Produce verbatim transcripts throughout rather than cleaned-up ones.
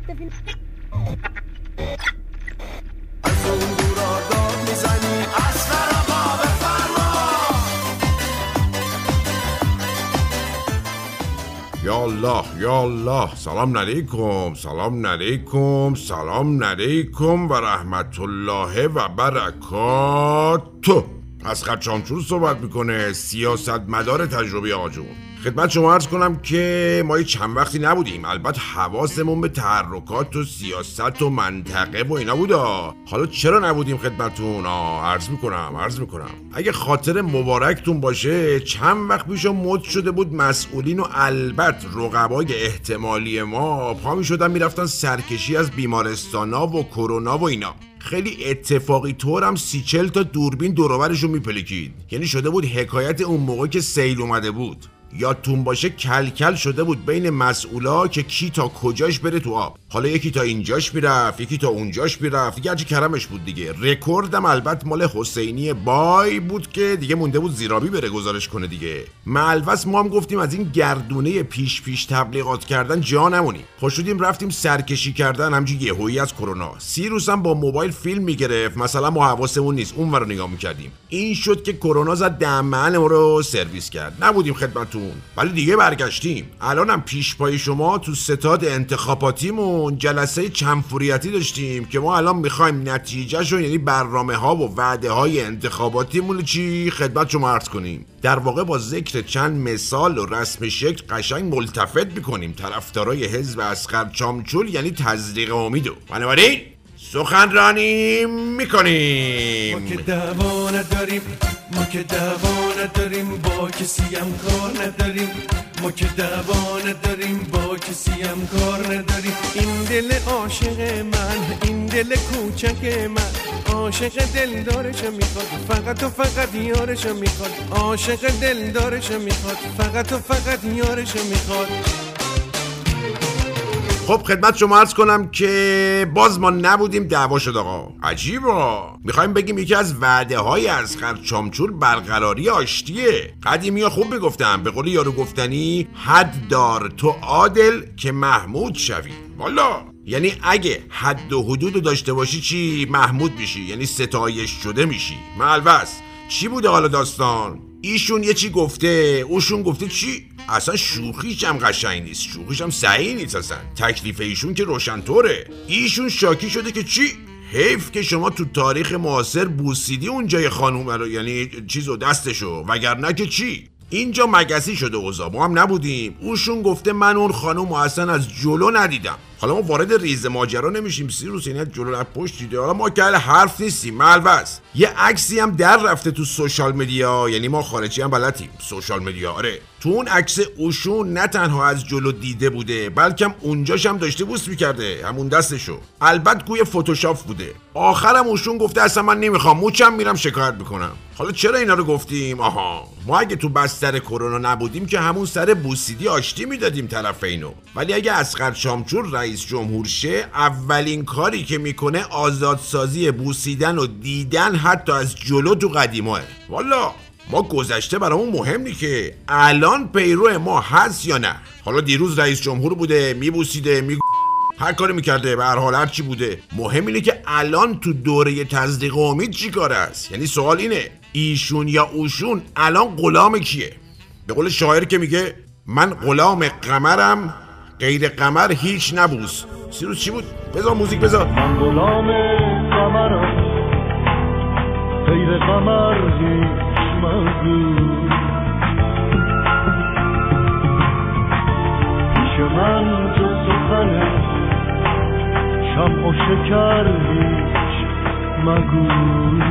از اون دورا داد میزنی اصغر آقا بفرما. یا الله یا الله. سلام علیکم سلام علیکم سلام علیکم و رحمت الله و برکاته. اصغر چامچور صحبت میکنه، سیاستمدار تجربی آقا جون. خدمت شما عرض کنم که ما چند وقتی نبودیم، البته حواسمون به تحرکات و سیاست و منطقه و اینا بودا. حالا چرا نبودیم خدمتتون؟ آه عرض میکنم عرض میکنم اگه خاطر مبارکتون باشه، چند وقت پیش مد شده بود مسئولین و البته رقبای احتمالی ما پا میشدن میرفتن سرکشی از بیمارستانا و کرونا و اینا. خیلی اتفاقی طور هم سی چل تا دوربین دوروبرشون میپلکید. یعنی شده بود حکایت اون موقع که سیل اومده بود. یادتون باشه کلکل شده بود بین مسئولا که کی تا کجاش بره تو آب. حالا یکی تا اینجاش میرفت، یکی تا اونجاش میرفت، دیگه هرچی کرمش بود دیگه. رکوردم البته مال حسینی بای بود که دیگه مونده بود زیرابی بره گزارش کنه دیگه. ملوس ما هم گفتیم از این گردونه پیش پیش تبلیغات کردن جا نمونیم. پاشودیم رفتیم سرکشی کردن همچین یهویی از کرونا. سیروس هم با موبایل فیلم میگرفت، مثلا ما حواسمون نیست اون ور نگاه میکردیم. این شد که کرونا زد دهن ما رو سرویس کرد. نبودیم خدمتتون، ولی دیگه برگشتیم. الانم پیش پای شما تو ستاد انتخاباتیمون جلسه چنفوریتی داشتیم که ما الان میخوایم نتیجهشو، یعنی برنامه ها و وعده های انتخاباتیمون چی خدمت شما عرض کنیم. در واقع با ذکر چند مثال و رسم شکل قشنگ ملتفت میکنیم طرفدارای حزب اصغر چامچول، یعنی تزریق امیدو. بنابراین سخنرانی میکنیم. ما که دعوا نداریم، ما که دعوا نداریم، با کسی هم کار نداریم. ما که دعوا نداریم، با کسی هم کار نداریم. این دل عاشق من، این دل کوچک من، عاشق دلدارشم میخواد، فقط و فقط یارشم میخواد. عاشق دلدارشم میخواد، فقط و فقط یارشم میخواد. خب خدمت شما عرض کنم که باز ما نبودیم، دعوا شد آقا. عجیبا. میخوایم بگیم یکی از وعده های اصغر چامچور برقراری آشتیه. قدیمی ها خوب میگفتن، به قول یارو گفتنی، حد دار تو عادل که محمود شوی. والا یعنی اگه حد و حدود داشته باشی چی؟ محمود میشی، یعنی ستایش شده میشی. ملوث چی بوده حالا داستان؟ ایشون یه چی گفته، اوشون گفته چی؟ اصلا شوخیش هم قشنگ نیست، شوخیش هم صحیح نیست اصلا. تکلیف ایشون که روشنطوره. ایشون شاکی شده که چی؟ حیف که شما تو تاریخ معاصر بوسیدی اونجای خانوم رو، یعنی چیزو دستشو، وگرنه که چی؟ اینجا مگسی شده اوضاع. ما هم نبودیم. اوشون گفته من اون خانوم اصلا از جلو ندیدم. حالا ما وارد ریز ماجرا نمیشیم سیروس، اینه جلو از پشت دیده. حالا ما که حرف نیستیم. ملوث یه عکسی هم در رفته تو سوشال مدیا، یعنی ما خارجی هم بلدیم سوشال مدیا. آره تو اون عکس اوشون نه تنها از جلو دیده بوده، بلکه هم اونجاش هم داشته بوس میکرده، همون دستشو. البته گوی فتوشاپ بوده. آخرم اوشون گفته اصلا من نمیخوام، موچم میرم شکایت میکنم. حالا چرا اینا رو گفتیم؟ آها ما اگه تو بستر کرونا نبودیم که همون سر بوسیدی آشتی میدادیم طرفینو. ولی اگه اصغر چامچور رئیس جمهور شه، اولین کاری که میکنه آزادسازی بوسیدن و دیدن حتی از جلو تو قدیماه. والا ما گذشته برامون مهم نی که الان پیرو ما هست یا نه. حالا دیروز رئیس جمهور بوده، میبوسیده، می هر کاری میکرده، به هر حال هر چی بوده. مهم اینه که الان تو دوره تزریق امید چی کار است. یعنی سوال اینه ایشون یا اوشون الان غلام کیه؟ به قول شاعر که میگه من غلام قمرم، غیر قمر هیچ نبوس. سیروس چی بود؟ بذار موزیک بذار. من غلام قمرم، غیر قمر هیچ نبوس. پیش من تو سخن شمع و شکر هیچ مگو.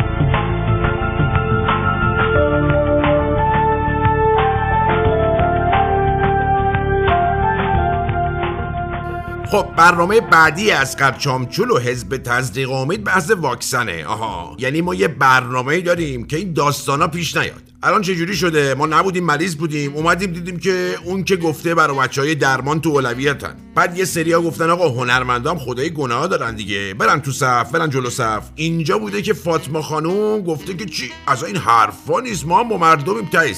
خب برنامه بعدی اصغر چامچول و حزب تزریق امید بحث واکسنه. آها یعنی ما یه برنامه‌ای داریم که این داستانا پیش نیاد. الان چه جوری شده؟ ما نبودیم، مریض بودیم، اومدیم دیدیم که اون که گفته برای بچهای درمان تو اولویتن. بعد یه سریا گفتن آقا هنرمندام خدای گناه دارن دیگه، برن تو صف، برن جلو صف. اینجا بوده که فاطمه خانوم گفته که چی؟ اصلا این حرفا نیست، ما هم با مردمیم ته صف.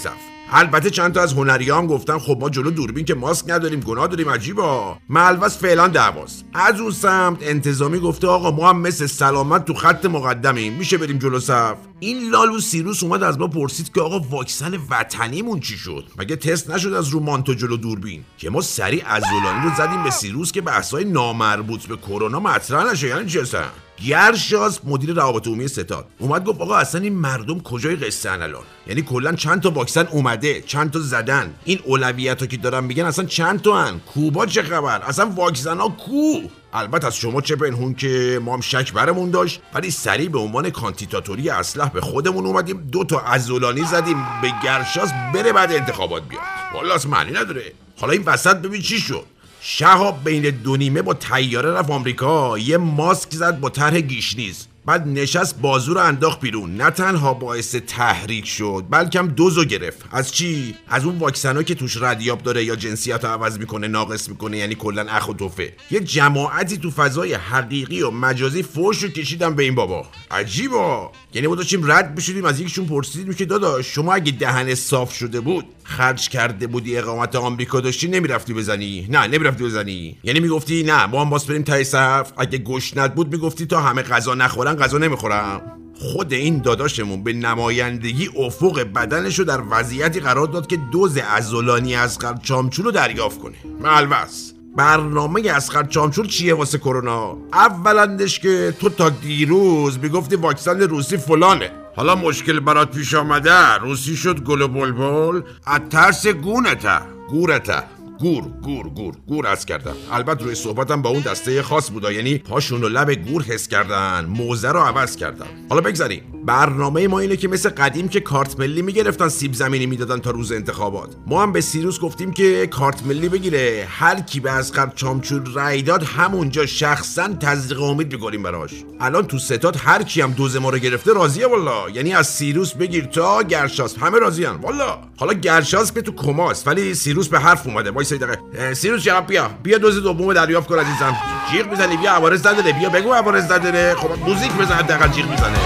البته چند تا از هنری‌ها هم گفتن خب ما جلو دوربین که ماسک نداریم، گناه داریم، عجیبا. ملوث فعلا دعواست. از اون سمت انتظامی گفته آقا ما هم مثل سلامت تو خط مقدمیم، میشه بریم جلو صف. این لالو سیروس اومد از ما پرسید که آقا واکسن وطنیمون چی شد؟ مگه تست نشد از رو مانتو جلو دوربین؟ که ما سریع عضلانی رو زدیم به سیروس که بحث‌های نامربوط به کرونا مطرح نشه. یعنی چی اصلا؟ گرشاس مدیر روابط عمومی ستاد اومد گفت آقا اصلا این مردم کجای قصه ان الان؟ یعنی کلا چند تا واکسن اومده، چند تا زدن، این اولویت‌ها که دارن میگن اصلا چند تا ان؟ کوبا چه خبر؟ اصلا واکسن‌ها کو؟ البته از شما چه پنهون که ما هم شک برمون داشت، ولی سریع به عنوان کانتیتاتوری اسلحه به خودمون اومدیم دو تا عضلانی زدیم به گرشاس بره بعد انتخابات بیاد. والله اصلا معنی نداره. حالا این وسط ببین چی شد. شهاب بین دو نیمه با طیاره رفت آمریکا، یه ماسک زد با طرح گیشنیز، بعد نشست بازو رو انداخت بیرون. نه تنها باعث تحریک شد بلکه هم دوزو گرفت. از چی؟ از اون واکسن‌ها که توش ردیاب داره یا جنسیت رو عوض میکنه، ناقص میکنه، یعنی کلا اخ و توفه. یه جماعتی تو فضای حقیقی و مجازی فوش رو کشیدن به این بابا. عجیبا. یعنی ما داشتیم رد بشیم از یکیشون پرسیدیم که داداش شما اگه دهن صاف شده بود، خرج کرده بودی، اقامت آمریکا داشتی، نمیرفتی بزنی؟ نه نمیرفتی بزنی. یعنی میگفتی نه ما هم باز بریم ته صف؟ اگه گشنت بود میگفتی تا همه غذا نخورن غذا نمیخورم. خود این داداشمون به نمایندگی افق بدنشو در وضعیتی قرار داد که دوز عضلانی اصغر چامچول رو دریافت کنه. ملوث. برنامه اصغر چامچول چیه واسه کرونا؟ اولندش که تو تا دیروز میگفتی واکسن روسی فلانه، حالا مشکل برات پیش آمده، روسی شد گل و بلبل، از ترس گونته گورته گور گور گور گور از کردم. البته روی صحبتم با اون دسته خاص بودا، یعنی پاشون و لب گور حس کردن، موزه رو عوض کردن. حالا بگذاریم. برنامه ما اینه که مثل قدیم که کارت ملی میگرفتن سیب زمینی میدادن تا روز انتخابات، ما هم به سیروس گفتیم که کارت ملی بگیره، هر کی به اصغر چامچول رای داد همونجا شخصا تزریق امید می‌کنیم براش. الان تو ستاد هر کی هم دوز ما رو گرفته راضیه والله، یعنی از سیروس بگیر تا گرشاس همه راضیان والله. حالا گرشاس که تو کماست ولی سیروس به حرف اومده. وایس دقیقه. سیروس جناب بیا بیا دوز دومو دریافت کن عزیزم. جیغ میزنی بیا عوارض نداره، بیا بگو عوارض نداره. خب موزیک بزن حداقل جیغ میزنه.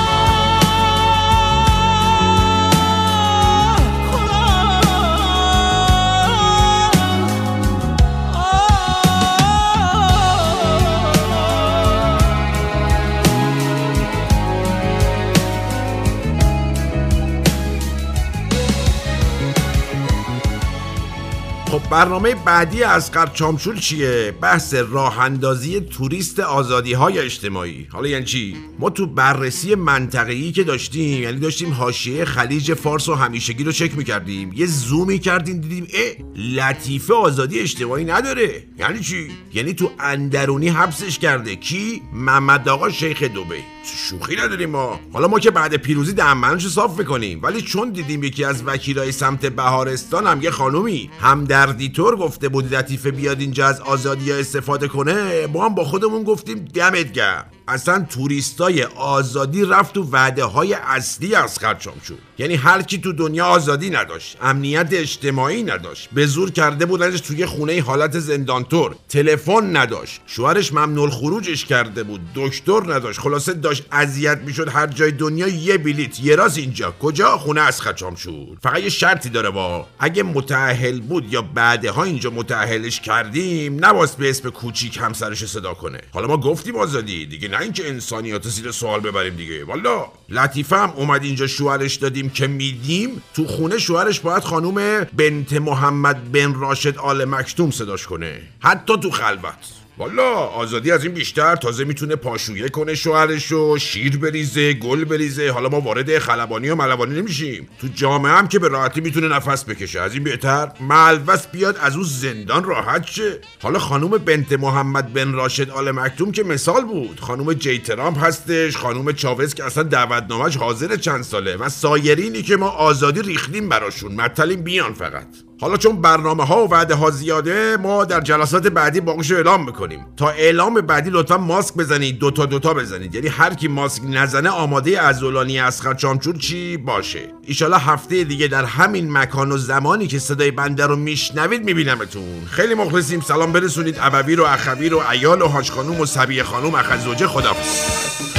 خب برنامه بعدی اصغر چامچول چیه؟ بحث راه اندازی توریست آزادی‌های اجتماعی. حالا یعنی چی؟ ما تو بررسی منطقه‌ای که داشتیم، یعنی داشتیم حاشیه خلیج فارس و همیشگی رو چک می‌کردیم، یه زومی کردیم دیدیم اه لطیفه آزادی اجتماعی نداره. یعنی چی؟ یعنی تو اندرونی حبسش کرده. کی؟ محمد آقا شیخ دبی. شوخی نداریم ما. حالا ما که بعد پیروزی دهنشو صاف می‌کنیم، ولی چون دیدیم یکی از وکیلای سمت بهارستان هم یه خانومی همدردی طور گفته بود لطیفه بیاد اینجا از آزادی‌ها استفاده کنه، ما هم با خودمون گفتیم دمت گرم. اصلا توریستای آزادی رفت تو وعده های اصلی اصغر چامچول. یعنی هر کی تو دنیا آزادی نداشت، امنیت اجتماعی نداشت، به زور کرده بودنش توی خونه حالت زندانطور، تلفن نداشت، شوهرش ممنوع الخروجش کرده بود، دکتر نداشت، خلاصه داشت اذیت میشد هر جای دنیا یه بلیت یه راست اینجا. کجا؟ خونه اصغر چامچول. فقط یه شرطی داره وا، اگه متأهل بود یا بعدها اینجا متأهلش کردیم نباید به اسم کوچیک همسرش صدا کنه. حالا ما گفتیم آزادی دیگه، نه اینکه انسانیت زیر سوال ببریم دیگه. والا لطیفه هم اومد اینجا شوهرش دادیم که میدیم، تو خونه شوهرش باید خانوم بنت محمد بن راشد آل مکتوم صداش کنه، حتی تو خلوت. والا آزادی از این بیشتر، تازه میتونه پاشویه کنه شوهرشو، شیر بریزه، گل بریزه. حالا ما وارد خلبانی و ملبانی نمیشیم، تو جامعه هم که به راحتی میتونه نفس بکشه. از این بهتر ملوث بیاد از اون زندان راحت شه. حالا خانوم بنت محمد بن راشد آل مکتوم که مثال بود، خانوم جی ترامپ هستش، خانوم چاوز که اصلا دعوتنامه‌اش حاضر چند ساله، و سایرینی که ما آزادی ریختیم براشون، مطلیم بیان فقط. حالا چون برنامه ها و وعده ها زیاده، ما در جلسات بعدی باقیشو اعلام میکنیم. تا اعلام بعدی لطفا ماسک بزنید، دوتا دوتا بزنید، یعنی هر کی ماسک نزنه آماده عضلانی اصغر چامچول چی باشه. ایشالا هفته دیگه در همین مکان و زمانی که صدای بنده رو میشنوید میبینمتون. خیلی مخلصیم. سلام برسونید ابوی رو، اخوی رو، عیال و حاج خانوم و صبیه خانوم، اخ زوجه. خداحافظ.